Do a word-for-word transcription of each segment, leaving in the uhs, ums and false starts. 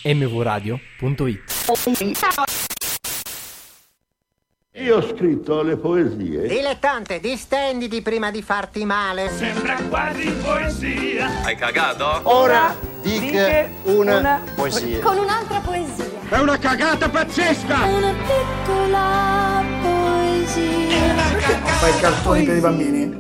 m v radio punto it. Io ho scritto le poesie. Dilettante, distenditi prima di farti male. Sembra quasi poesia. Hai cagato? Ora dica una, una poesia. Con un'altra poesia. È una cagata pazzesca! Una piccola poesia. Fai cartoni per i bambini?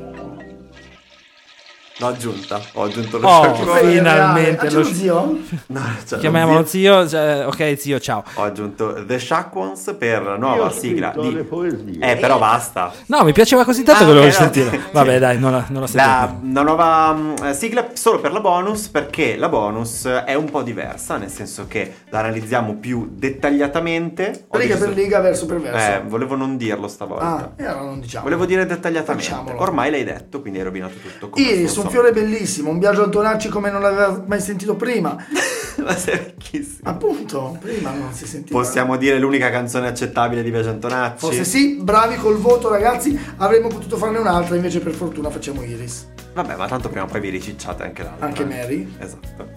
L'ho aggiunta, ho aggiunto lo Oh, sciocco. finalmente lo zio? No, cioè, chiamiamolo zio, cioè, ok zio, ciao. Ho aggiunto The Shack Ones per la nuova Io ho sigla scritto di... le poesie. Eh, però basta. No, mi piaceva così tanto Ah, che volevo ok, no. sentire. Vabbè, dai, non la, non la sento La, più. la nuova mm, sigla solo per la bonus, perché la bonus è un po' diversa, nel senso che la analizziamo più dettagliatamente. Ho Riga deciso- per riga, verso per verso. Eh, volevo non dirlo stavolta. Ah, e allora non diciamo. Volevo dire dettagliatamente. Facciamolo. Ormai l'hai detto, quindi hai rovinato tutto. come Iris, sto- un fiore bellissimo, un viaggio a Tonacci come non l'aveva mai sentito prima. Ma sei vecchissimo. Appunto, prima non si sentiva. Possiamo dire l'unica canzone accettabile di Viaggio Antonacci? Forse sì, bravi col voto ragazzi, avremmo potuto farne un'altra, invece per fortuna facciamo Iris. Vabbè, ma tanto prima o poi vi ricicciate anche l'altra. Anche eh. Mary. Esatto.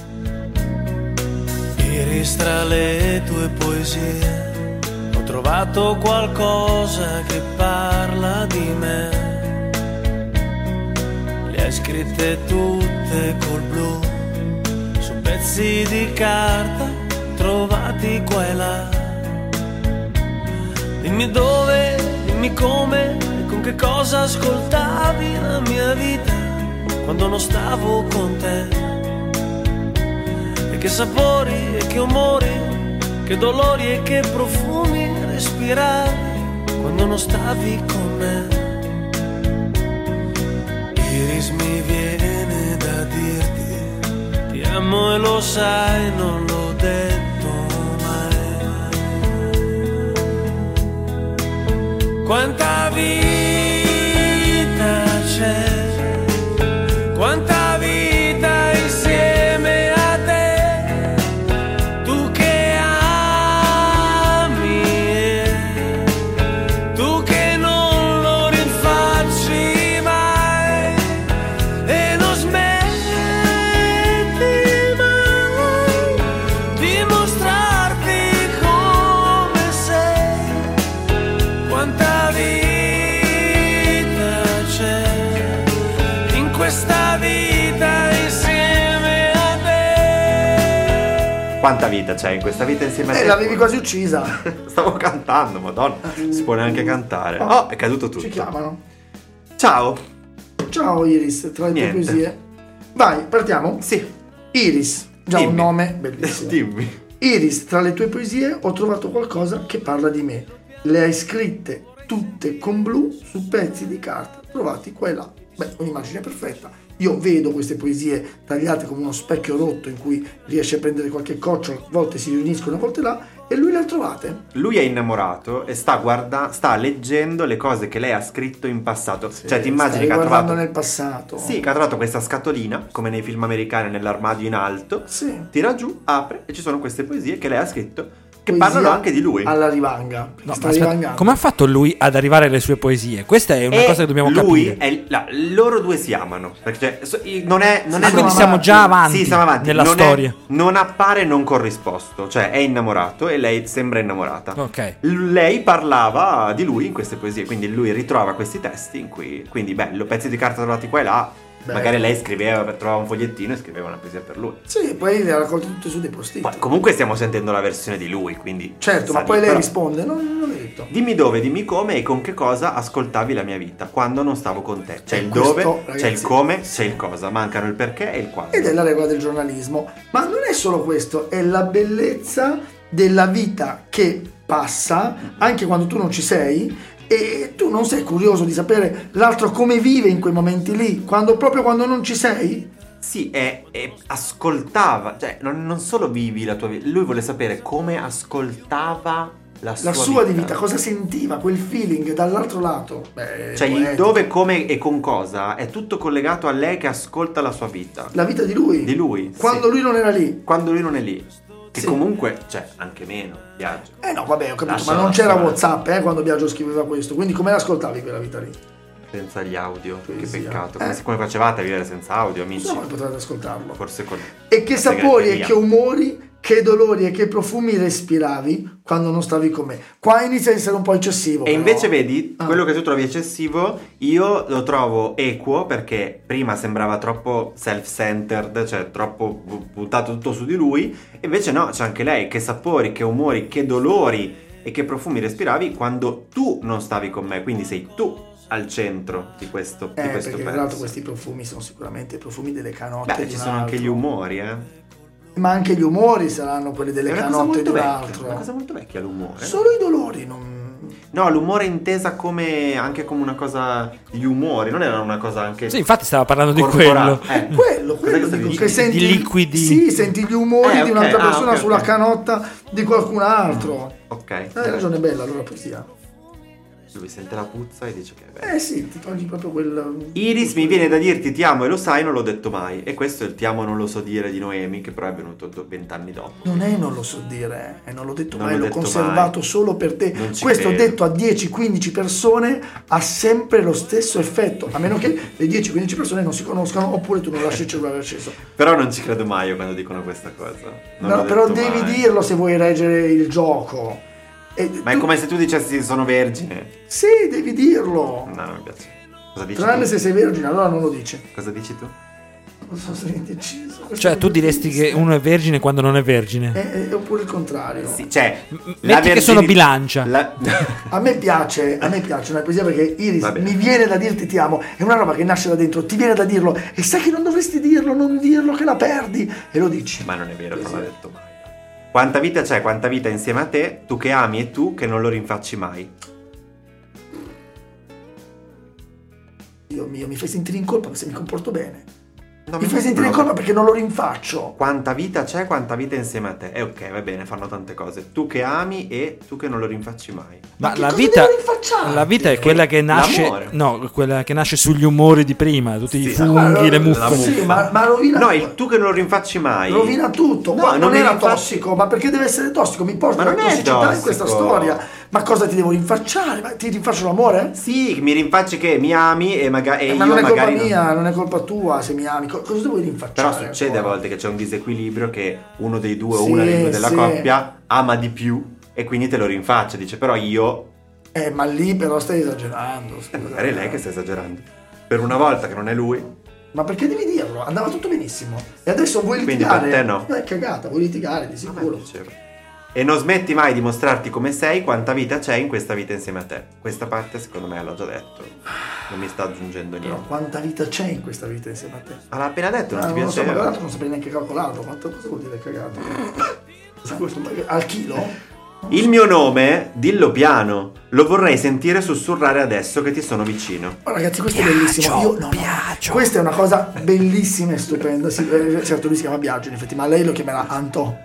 Iris, tra le tue poesie ho trovato qualcosa che parla di me. Le hai scritte tutte col blu su pezzi di carta trovati qua e là. Dimmi dove, dimmi come e con che cosa ascoltavi la mia vita quando non stavo con te. E che sapori e che umori, che dolori e che profumi respiravi quando non stavi con me. Iris, mi viene da dirti ti amo e lo sai, non l'ho detto mai. Quanta vita c'è, quanta vita insieme a te, tu che ami e tu che non lo rinfacci mai e non smetti mai di mostrarti come sei. Quanta vita c'è in questa vita insieme a te. Quanta vita c'è in questa vita insieme a te? Eh, l'avevi quasi uccisa. Stavo cantando, madonna. Si può neanche cantare. Oh, è caduto tutto. Ci chiamano. Ciao. Ciao Iris, tra le tue Niente. poesie. Vai, partiamo? Sì. Iris, già Dimmi. un nome bellissimo. Dimmi. Iris, tra le tue poesie ho trovato qualcosa che parla di me. Le hai scritte tutte con blu su pezzi di carta trovati qua e là. Beh, un'immagine perfetta. Io vedo queste poesie tagliate come uno specchio rotto in cui riesce a prendere qualche coccio, a volte si riuniscono, a volte là, e lui le ha trovate. Lui è innamorato e sta guarda sta leggendo le cose che lei ha scritto in passato. Cioè, ti immagini Stai che ha guardando trovato nel passato. Sì, che ha trovato questa scatolina, come nei film americani, nell'armadio in alto. Sì. Tira giù, apre e ci sono queste poesie che lei ha scritto, che Poesia parlano anche di lui. alla rivanga. No, sta ma aspetta, rivangando. come ha fatto lui ad arrivare alle sue poesie? Questa è una E cosa che dobbiamo lui capire. è la- loro due si amano, perché so- i- non è non Ah, è quindi no, siamo avanti. già avanti, Sì, siamo avanti. nella non è- storia. non appare non corrisposto, cioè è innamorato e lei sembra innamorata. Ok. L- lei parlava di lui in queste poesie, quindi lui ritrova questi testi in cui, quindi bello, pezzi di carta trovati qua e là. Bello. Magari lei scriveva, trovava un fogliettino e scriveva una poesia per lui. Sì, poi le ha raccolte tutte su dei post-it. Poi, comunque stiamo sentendo la versione di lui, quindi Certo, sa ma poi di- lei però- risponde, no, non l'ho detto. Dimmi dove, dimmi come e con che cosa ascoltavi la mia vita quando non stavo con te. C'è E il questo, dove, ragazzi, c'è il come, c'è il cosa. Mancano il perché e il quando. Ed è la regola del giornalismo. Ma non è solo questo, è la bellezza della vita che passa, anche quando tu non ci sei, e tu non sei curioso di sapere l'altro come vive in quei momenti lì, quando proprio quando non ci sei? Sì, e, e ascoltava, cioè non, non solo vivi la tua vita, lui vuole sapere come ascoltava la sua, La sua vita. di vita, cosa sentiva, quel feeling dall'altro lato. Beh, Cioè il poetico. dove, come e con cosa è tutto collegato a lei che ascolta la sua vita. La vita di lui. Di lui, Quando sì. lui non era lì. Quando lui non è lì. Che Sì. comunque, cioè, anche meno, viaggio. Eh no, vabbè, ho capito, Lascia ma non la c'era storia. WhatsApp eh, quando Biagio scriveva questo, quindi come l'ascoltavi quella vita lì? Senza gli audio, che Poesia. peccato. Eh. Come, come facevate a vivere senza audio, amici? No, ma potete ascoltarlo. Forse con E che la sapori e segreteria. che umori che dolori e che profumi respiravi quando non stavi con me. Qua inizia a essere un po' eccessivo. E però. invece vedi, Ah. quello che tu trovi eccessivo, io lo trovo equo, perché prima sembrava troppo self-centered, cioè troppo pu- puntato tutto su di lui, e invece no, c'è anche lei, che sapori, che umori, che dolori e che profumi respiravi quando tu non stavi con me, quindi sei tu al centro di questo, Eh, di questo perché tra pezzo. l'altro questi profumi sono sicuramente i profumi delle canotte Beh, di ci un sono anche altro. gli umori, eh. Ma anche gli umori saranno quelli È delle una cosa canotte molto di un vecchia, altro. una cosa molto vecchia l'umore. Solo i dolori non... No, l'umore intesa come anche come una cosa, gli umori, non era una cosa anche Sì, infatti stava parlando di corporale. quello. Eh. Quello, Cos'è quello che stavi dico, dicendo? che senti Di liquidi. Sì, senti gli umori Eh, di ok, un'altra ah, persona ok, sulla ok. canotta di qualcun altro. Ok. Hai ragione, è bella allora poesia. Lui sente la puzza e dice che è bello. Eh sì, ti togli proprio quel... Iris, mi viene da dirti ti amo e lo sai, non l'ho detto mai. E questo è il ti amo non lo so dire di Noemi, che però è venuto do- vent'anni dopo. Non è non lo so dire, e non l'ho detto Non mai, l'ho l'ho detto conservato mai. solo per te. Non ci Questo credo. detto a dieci quindici persone ha sempre lo stesso effetto, a meno che le dieci quindici persone non si conoscano oppure tu non lasci il cellulare acceso. Però non ci credo mai io quando dicono questa cosa. Non No, l'ho però detto devi mai. dirlo se vuoi reggere il gioco. E Ma è tu- come se tu dicessi sono vergine. Sì, devi dirlo. No, non mi piace. Cosa dici Tranne tu? se sei vergine, allora non lo dici. Cosa dici tu? Non so se sei indeciso. Questo Cioè, è tu diresti che triste. uno è vergine quando non è vergine. È, è oppure il contrario. Sì, cioè, metti che sono bilancia. la- A me piace, a me piace una poesia perché Iris Va bene. mi viene da dirti ti amo, è una roba che nasce da dentro, ti viene da dirlo e sai che non dovresti dirlo, non dirlo che la perdi e lo dici. Ma non è vero, non l'ha detto mai. Quanta vita c'è, quanta vita insieme a te, tu che ami e tu che non lo rinfacci mai. Dio mio, mi fai sentire in colpa se mi comporto bene. No, Mi fai sentire in no, colpa perché non lo rinfaccio. Quanta vita c'è, quanta vita insieme a te. E ok, va bene, fanno tante cose. Tu che ami e tu che non lo rinfacci mai. Ma che la cosa vita, devo rinfacciarti? la vita è quella che nasce, L'amore. no, quella che nasce sugli umori di prima, tutti i Sì, funghi, le la muffe. Sì, ma, ma rovina No, il tu che non lo rinfacci mai. rovina tutto. No, Qua non non, mi era rinfacci- tossico, ma perché deve essere tossico? Mi porta Ma la non è tossicità in tossico. questa storia. Ma cosa ti devo rinfacciare? Ma ti rinfaccio l'amore? Sì, mi rinfacci che mi ami e, maga- e Eh, io ma non è colpa magari non- mia, non è colpa tua se mi ami. Co- cosa devo rinfacciare? Però succede a ancora? volte che c'è un disequilibrio che uno dei due o Sì, una dei due della sì. coppia ama di più e quindi te lo rinfaccia. Dice però io... Eh, ma lì però stai esagerando. E scusa. magari è lei che sta esagerando. Per una volta che non è lui. Ma perché devi dirlo? Andava tutto benissimo. E adesso vuoi Quindi litigare? per te no. è cagata, vuoi litigare di A me sicuro. piaceva. E non smetti mai di mostrarti come sei, quanta vita c'è in questa vita insieme a te. Questa parte secondo me l'ho già detto. Non mi sta aggiungendo Però niente. quanta vita c'è in questa vita insieme a te? Ma l'ha appena detto, non Ah, ti non lo so, ma piaceva? tra l'altro non saprei neanche calcolarlo. Quanto cosa vuol dire cagato? Sa questo, ma- al chilo? Il mio nome, dillo piano. Lo vorrei sentire sussurrare adesso che ti sono vicino. Oh, ragazzi, questo è bellissimo. Io, no, no, questa è una cosa bellissima e stupenda. Sì, eh, certo, lui si chiama Biagio, in effetti, ma lei lo chiamerà Anto.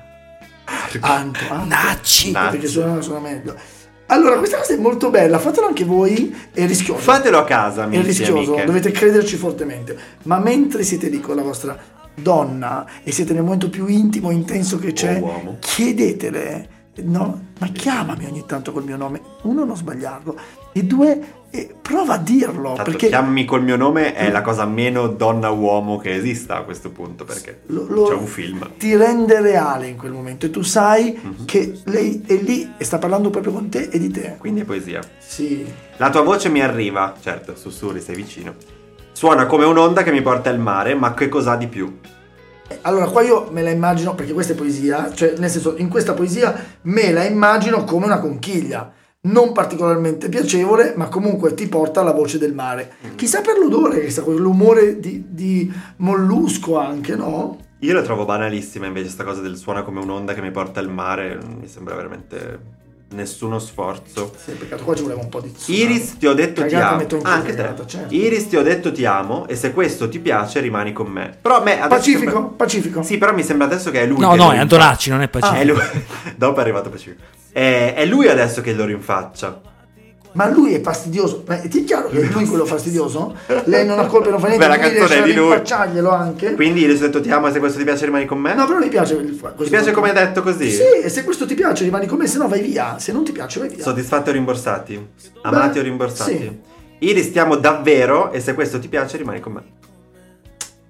Anto, Anto. Nacci. Nacci. Perché suona, suona meglio. Allora, questa cosa è molto bella, fatelo anche voi, è rischioso. Fatelo a casa, È amici e rischioso, amiche. dovete crederci fortemente. Ma mentre siete lì con la vostra donna e siete nel momento più intimo e intenso che c'è, O uomo. chiedetele, no? Ma chiamami ogni tanto col mio nome. Uno, non sbagliarlo. E due, eh, prova a dirlo. Tanto perché chiamami col mio nome è la cosa meno donna-uomo che esista a questo punto, perché lo- lo- c'è un film. ti rende reale in quel momento e tu sai Mhm. che lei è lì e sta parlando proprio con te e di te. Quindi è poesia. Sì. La tua voce mi arriva, certo, sussurri, sei vicino. Suona come un'onda che mi porta al mare, ma che cos'ha di più? Allora, qua io me la immagino, perché questa è poesia, cioè nel senso, in questa poesia me la immagino come una conchiglia, non particolarmente piacevole, ma comunque ti porta alla voce del mare. Chissà per l'odore, chissà quell'umore di, di mollusco anche, no? Io la trovo banalissima invece sta cosa del suona come un'onda che mi porta al mare, mi sembra veramente nessuno sforzo. Sì, peccato, qua ci voleva un po' di tsunami. Iris ti ho detto ti Cagata, amo. metto in Ah, anche te. cagata, certo. Iris ti ho detto ti amo e se questo ti piace rimani con me. Però a me adesso Pacifico, sembra- Pacifico. Sì, però mi sembra adesso che è lui No, che no, lo è rinfaccia. Antonacci, non è Ah, Pacifico. è lui. Dopo è arrivato Pacifico. È, è lui adesso che lo rinfaccia. Ma lui è fastidioso. Ma ti è chiaro che è lui quello fastidioso? Lei non ha colpa e non fa niente, Beh, la quindi canzone riesce è a di lui. rinfacciarglielo anche. Quindi Iris ho detto ti amo e se questo ti piace rimani con me? No, però mi piace il questo Ti piace fatto. come hai detto così? Sì, e se questo ti piace rimani con me, se no vai via. Se non ti piace vai via. Soddisfatti o rimborsati? Amati o rimborsati? sì. Iris ti amo davvero e se questo ti piace rimani con me.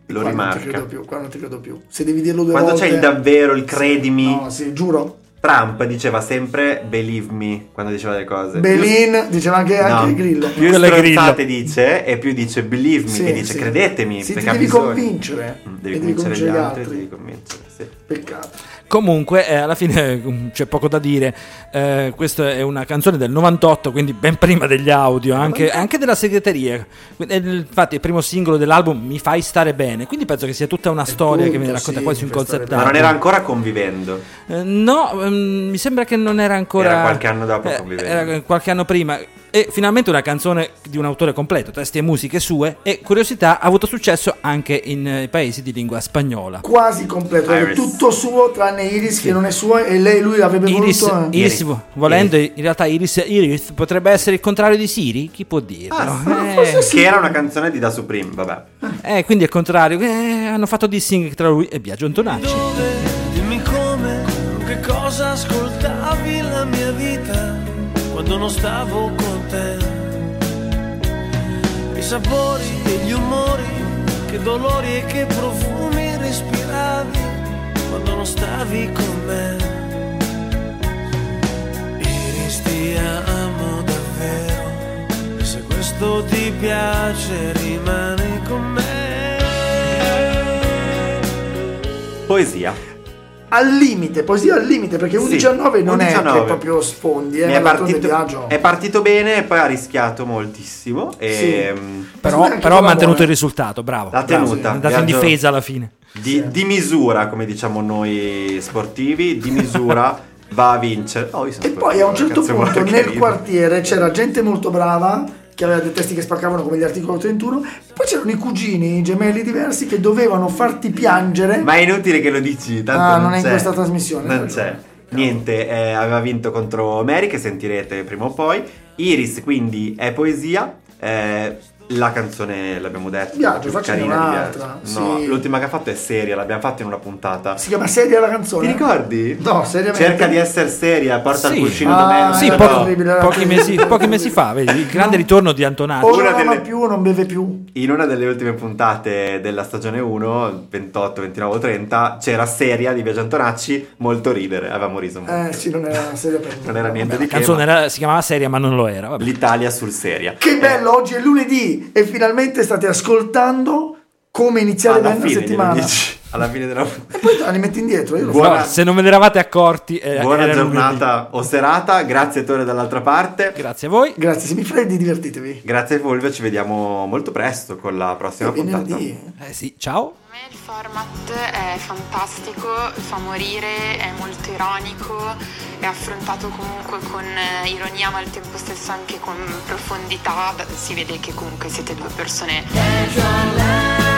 lo qua rimarca. Non ti credo più, qua non ti credo più. Se devi dirlo due Quando volte... c'è il davvero, il credimi. No, sì, giuro. Trump diceva sempre believe me quando diceva le cose. Belin diceva anche, anche No, Grillo. più stronzate dice e più dice believe me, Sì, che dice sì. credetemi. Sì, ti perché ha devi bisogno. convincere. Mm, E Devi convincere gli altri, altri. devi convincere, sì. Peccato. Comunque, eh, alla fine mm, c'è poco da dire. Eh, questa è una canzone del novantotto, quindi ben prima degli audio, anche, anche della segreteria. Quindi, eh, infatti, il primo singolo dell'album Mi fai stare bene. Quindi penso che sia tutta una storia tutto, che viene racconta sì, quasi un Mi fai stare concept Ma album. non era ancora convivendo. Eh, no, ehm, mi sembra che non era ancora. Era qualche anno dopo eh, Convivendo. Era qualche anno prima. E finalmente una canzone di un autore completo, testi e musiche sue. E curiosità, ha avuto successo anche in eh, paesi di lingua spagnola. Quasi completo, è Iris. tutto suo tranne Iris che non è sua e lei lui avrebbe Iris, voluto. eh. Iris, Iris. volendo, in realtà Iris, Iris potrebbe essere il contrario di Siri? Chi può dirlo? Ah, eh, Che era una canzone di Da Supreme, vabbè. eh, quindi è il contrario. Eh, hanno fatto dissing tra lui e Biagio Antonacci. Dove, dimmi come, che cosa ascoltavi la mia vita quando non stavo con te. I sapori e gli umori, che dolori e che profumi respiravi quando non stavi con me. Iris, ti amo davvero, e se questo ti piace rimani con me. Poesia. Al limite, poesia al limite, perché un Sì, diciannove non un è diciannove. che proprio sfondi, eh, Mi è, maratone partito, viaggio. è partito bene e poi ha rischiato moltissimo. E mm, Però, Anche però ha con mantenuto l'amore. il risultato, bravo. L'ha bravo. tenuta. È andato in Viaggio- difesa alla fine. di, di misura, come diciamo noi sportivi, di misura va a vincere. Oh, io sono E poi a un certo sportivo, punto cazzo, che nel ride. quartiere c'era gente molto brava che aveva dei testi che spaccavano come gli articolo trentuno, e poi c'erano i cugini, i gemelli diversi che dovevano farti piangere. Ma è inutile che lo dici, tanto Ah, non, non è in c'è. questa trasmissione, Non per c'è. favore. Niente, eh, aveva vinto contro Mary, che sentirete prima o poi. Iris, quindi, è poesia. Eh, la canzone, l'abbiamo detto, Viaggio, più faccene carina di un'altra, Viaggio. No, sì. l'ultima che ha fatto è seria, l'abbiamo fatta in una puntata. Si chiama Seria la canzone? Ti ricordi? No, seriamente. Cerca di essere seria, porta Sì. il cuscino Ah, da me. non Sì, so. po- terribile, era pochi, mesi, terribile. pochi mesi fa, vedi, il grande ritorno di Antonacci. O Una non ama delle- più o non beve più. In una delle ultime puntate della stagione uno, ventotto, ventinove, trenta, c'era seria di Biagio Antonacci, molto ridere, avevamo riso molto. Eh sì, non era seria per Non era niente La di che, canzone ma era- si chiamava Seria, ma non lo era. Vabbè. l'Italia sul seria. Che bello, oggi è lunedì e finalmente state ascoltando come iniziare Alla bene la fine, settimana. glielo dici. Alla fine della E poi te la rimetti indietro, io lo Buona- No, se non ve ne eravate accorti, eh, buona era lunedì. giornata o serata, grazie Tore dall'altra parte. Grazie a voi. Grazie, se mi freddi divertitevi. Grazie a Fulvio, ci vediamo molto presto con la prossima È puntata. venerdì. Eh sì, ciao. Per me il format è fantastico, fa morire, è molto ironico, è affrontato comunque con eh, ironia ma al tempo stesso anche con profondità. Si vede che comunque siete due persone